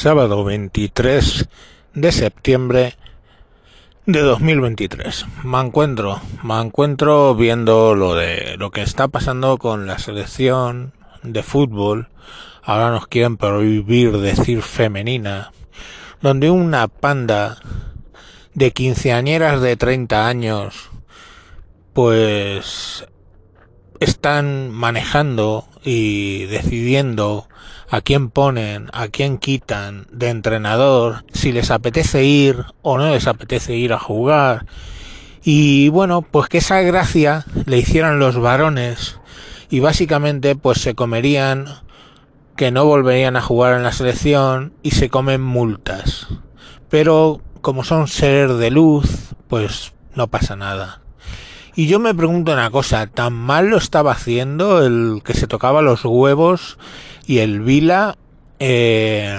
sábado 23 de septiembre de 2023. Me encuentro viendo lo que está pasando con la selección de fútbol. Ahora nos quieren prohibir decir femenina, donde una panda de quinceañeras de 30 años pues están manejando y decidiendo a quién ponen, a quién quitan de entrenador, si les apetece ir o no les apetece ir a jugar. Y bueno, pues que esa gracia le hicieran los varones y básicamente pues se comerían que no volverían a jugar en la selección y se comen multas. Pero como son seres de luz, pues no pasa nada. Y yo me pregunto una cosa, ¿tan mal lo estaba haciendo el que se tocaba los huevos y el Vila, que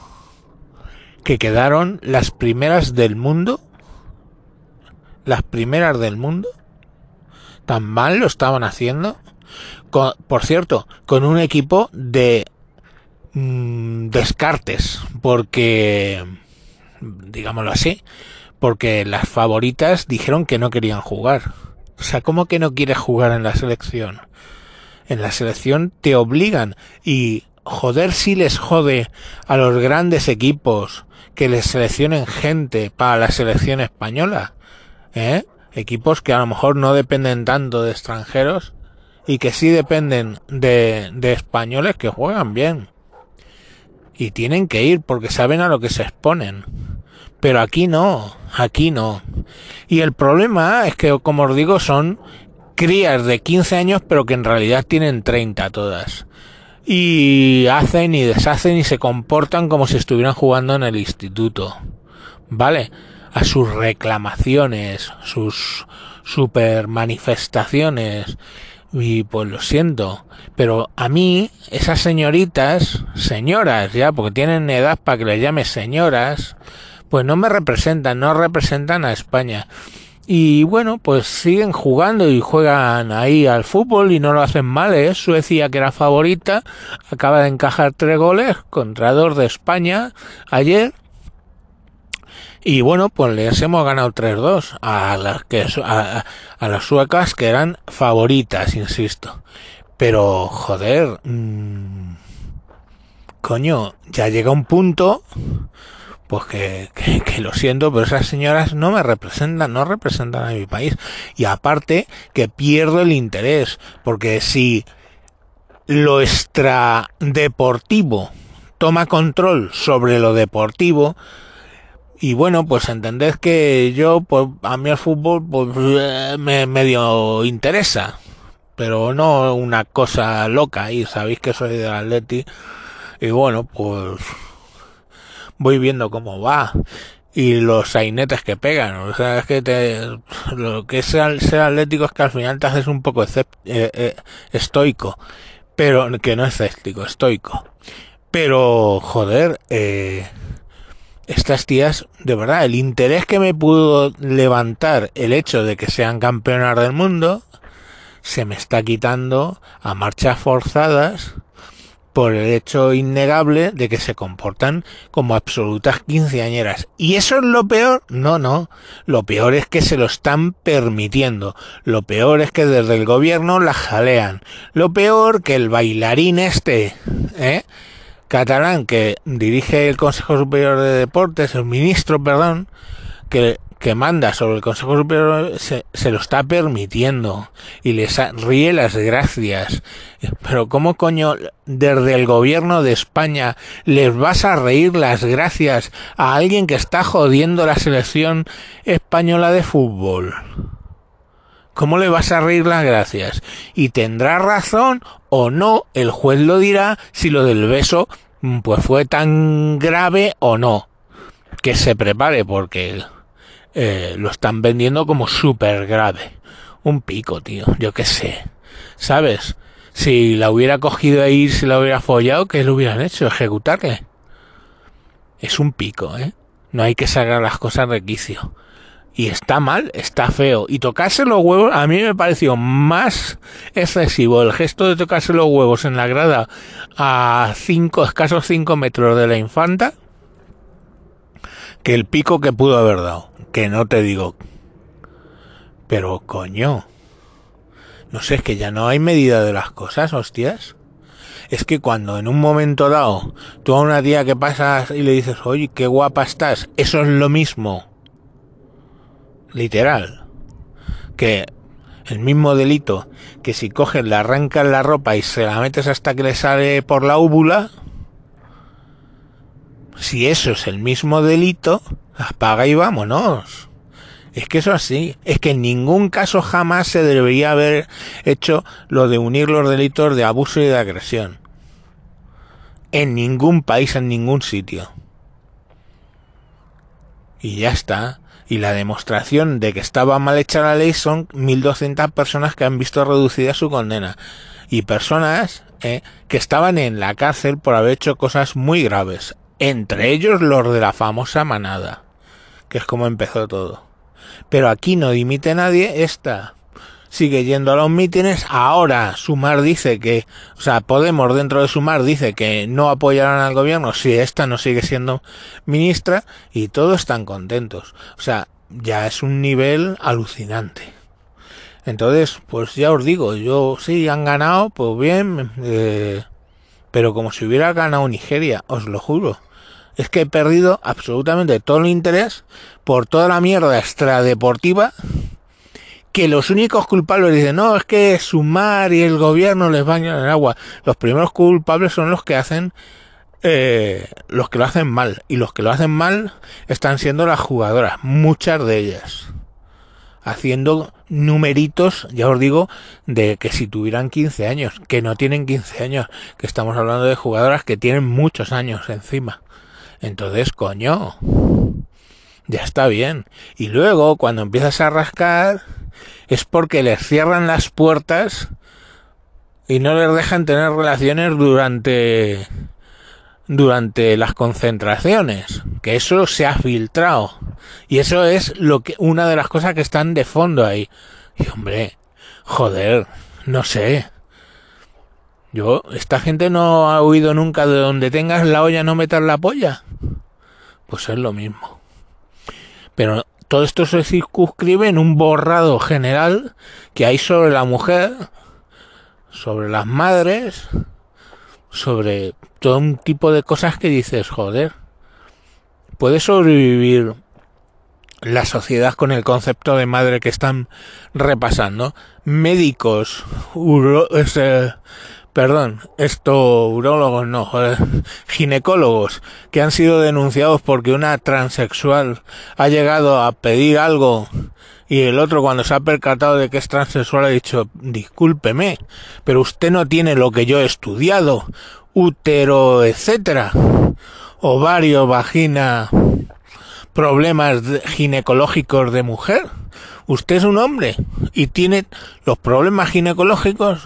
quedaron las primeras del mundo? ¿Las primeras del mundo? ¿Tan mal lo estaban haciendo? Por cierto, con un equipo de descartes, porque, digámoslo así, porque las favoritas dijeron que no querían jugar. O sea, ¿cómo que no quieres jugar en la selección? En la selección te obligan y joder si les jode a los grandes equipos que les seleccionen gente para la selección española, equipos que a lo mejor no dependen tanto de extranjeros y que sí dependen de españoles que juegan bien y tienen que ir porque saben a lo que se exponen. Pero aquí no. Y el problema es que, como os digo, son crías de 15 años, pero que en realidad tienen 30 todas. Y hacen y deshacen y se comportan como si estuvieran jugando en el instituto. ¿Vale? A sus reclamaciones, sus super manifestaciones. Y pues lo siento, pero a mí esas señoras ya, porque tienen edad para que les llame señoras, pues no me representan, no representan a España. Y bueno, pues siguen jugando y juegan ahí al fútbol y no lo hacen mal, Suecia, que era favorita, acaba de encajar 3 goles contra 2 de España ayer. Y bueno, pues les hemos ganado 3-2 a las suecas, que eran favoritas, insisto. Pero joder, coño, ya llega un punto pues que lo siento, pero esas señoras no me representan, no representan a mi país. Y aparte que pierdo el interés, porque si lo extradeportivo toma control sobre lo deportivo, y bueno, pues entended que yo, pues a mí el fútbol pues me medio interesa, pero no una cosa loca, y sabéis que soy del Atleti, y bueno, pues voy viendo cómo va y los sainetes que pegan. O sea, es que lo que es ser atlético es que al final te haces un poco estoico, pero que no escéptico, estoico. Pero joder, estas tías, de verdad, el interés que me pudo levantar el hecho de que sean campeonas del mundo se me está quitando a marchas forzadas por el hecho innegable de que se comportan como absolutas quinceañeras. ¿Y eso es lo peor? No. Lo peor es que se lo están permitiendo. Lo peor es que desde el gobierno la jalean. Lo peor que el bailarín catalán que dirige el Consejo Superior de Deportes, el ministro, perdón, que manda sobre el Consejo Superior, se lo está permitiendo y les ríe las gracias. Pero ¿cómo coño desde el gobierno de España les vas a reír las gracias a alguien que está jodiendo la selección española de fútbol? ¿Cómo le vas a reír las gracias? Y tendrá razón o no, el juez lo dirá si lo del beso pues fue tan grave o no. Que se prepare porque lo están vendiendo como súper grave. Un pico, tío, yo qué sé. ¿Sabes? Si la hubiera cogido ahí, si la hubiera follado, ¿qué le hubieran hecho? Ejecutarle. Es un pico, No hay que sacar las cosas de quicio. Y está mal, está feo. Y tocarse los huevos, a mí me pareció más excesivo el gesto de tocarse los huevos en la grada a escasos 5 metros de la infanta, que el pico que pudo haber dado, que no te digo, pero coño, no sé, es que ya no hay medida de las cosas, hostias. Es que cuando en un momento dado tú a una tía que pasas y le dices, oye, qué guapa estás, eso es lo mismo, literal, que el mismo delito que si coges, le arrancas la ropa y se la metes hasta que le sale por la úvula. Si eso es el mismo delito, apaga y vámonos. Es que eso así, es que en ningún caso jamás se debería haber hecho lo de unir los delitos de abuso y de agresión. En ningún país, en ningún sitio. Y ya está. Y la demostración de que estaba mal hecha la ley son 1.200 personas que han visto reducida su condena. Y personas que estaban en la cárcel por haber hecho cosas muy graves. Entre ellos los de la famosa manada, que es como empezó todo. Pero aquí no dimite nadie, esta sigue yendo a los mítines. Ahora Sumar dice que, o sea, Podemos dentro de Sumar dice que no apoyarán al gobierno si esta no sigue siendo ministra, y todos están contentos. O sea, ya es un nivel alucinante. Entonces, pues ya os digo, yo sí han ganado, pues bien, pero como si hubiera ganado Nigeria, os lo juro. Es que he perdido absolutamente todo el interés por toda la mierda extradeportiva, que los únicos culpables dicen, no, es que Sumar y el gobierno les bañan en agua. Los primeros culpables son los que hacen, los que lo hacen mal. Y los que lo hacen mal están siendo las jugadoras, muchas de ellas. Haciendo numeritos, ya os digo, de que si tuvieran 15 años, que no tienen 15 años, que estamos hablando de jugadoras que tienen muchos años encima. Entonces, coño, ya está bien. Y luego, cuando empiezas a rascar, es porque les cierran las puertas y no les dejan tener relaciones durante las concentraciones, que eso se ha filtrado. Y eso es una de las cosas que están de fondo ahí. Y hombre, joder, no sé. Esta gente no ha oído nunca de donde tengas la olla no metas la polla. Pues es lo mismo. Pero todo esto se circunscribe en un borrado general que hay sobre la mujer, sobre las madres, sobre todo un tipo de cosas que dices, joder, ¿puede sobrevivir la sociedad con el concepto de madre que están repasando? Médicos, urólogos no, joder, ginecólogos que han sido denunciados porque una transexual ha llegado a pedir algo y el otro, cuando se ha percatado de que es transexual, ha dicho, discúlpeme, pero usted no tiene lo que yo he estudiado, útero, etcétera, ovario, vagina, problemas ginecológicos de mujer. Usted es un hombre y tiene los problemas ginecológicos,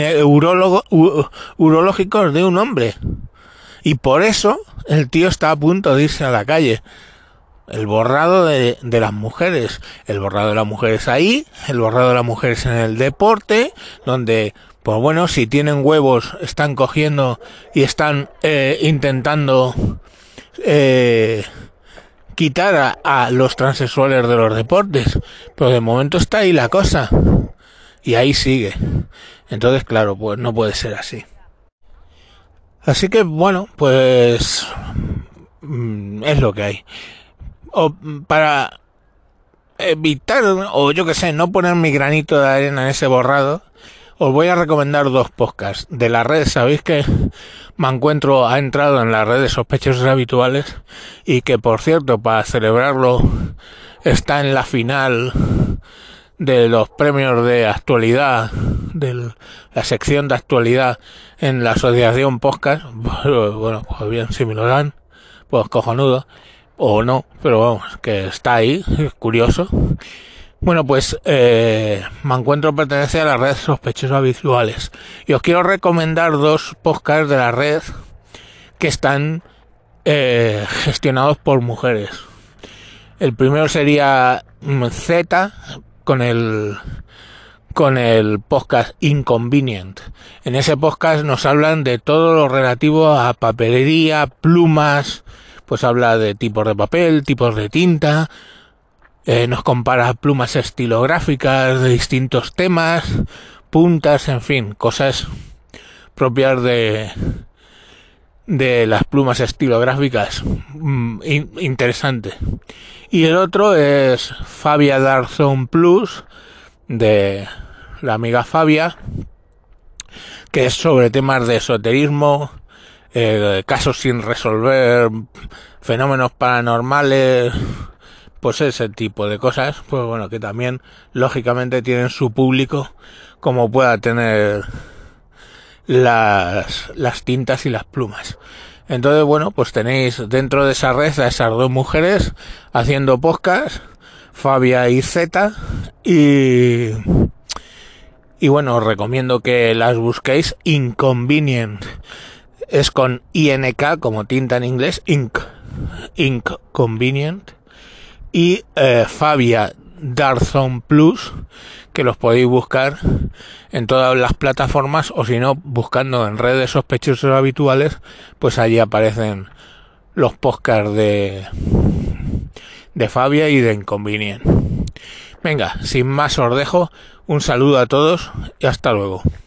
urológicos de un hombre. Y por eso el tío está a punto de irse a la calle. El borrado de las mujeres. El borrado de las mujeres ahí, el borrado de las mujeres en el deporte, donde, pues bueno, si tienen huevos, están cogiendo y están intentando quitar a los transexuales de los deportes, pero de momento está ahí la cosa y ahí sigue. Entonces, claro, pues no puede ser así. Así que bueno, pues es lo que hay. O para evitar, o yo que sé, no poner mi granito de arena en ese borrado, os voy a recomendar dos podcasts de la red. Sabéis que Mancuentro ha entrado en la red de sospechosos habituales y que, por cierto, para celebrarlo está en la final de los premios de actualidad, de la sección de actualidad en la asociación podcast. Bueno, pues bien, si me lo dan, pues cojonudo, o no, pero vamos, que está ahí, es curioso. Bueno, pues Mancuentro pertenece a la red Sospechosos Habituales y os quiero recomendar dos podcasts de la red que están gestionados por mujeres. El primero sería Z con el podcast Inconvenient. En ese podcast nos hablan de todo lo relativo a papelería, plumas, pues habla de tipos de papel, tipos de tinta, nos compara plumas estilográficas de distintos temas, puntas, en fin, cosas propias de las plumas estilográficas. Interesante. Y el otro es Fabia Dark Zone Plus, de la amiga Fabia, que es sobre temas de esoterismo, casos sin resolver, fenómenos paranormales, pues ese tipo de cosas, pues bueno, que también lógicamente tienen su público, como pueda tener las tintas y las plumas. Entonces, bueno, pues tenéis dentro de esa red a esas dos mujeres haciendo podcast, Fabia y Zeta, y bueno, os recomiendo que las busquéis. Inconvenient es con INK, como tinta en inglés, Inconvenient, y Fabia Dark Zone Plus, que los podéis buscar en todas las plataformas, o si no, buscando en redes sospechosos habituales, pues allí aparecen los podcasts de Fabia y de Inconvenient. Venga, sin más os dejo, un saludo a todos y hasta luego.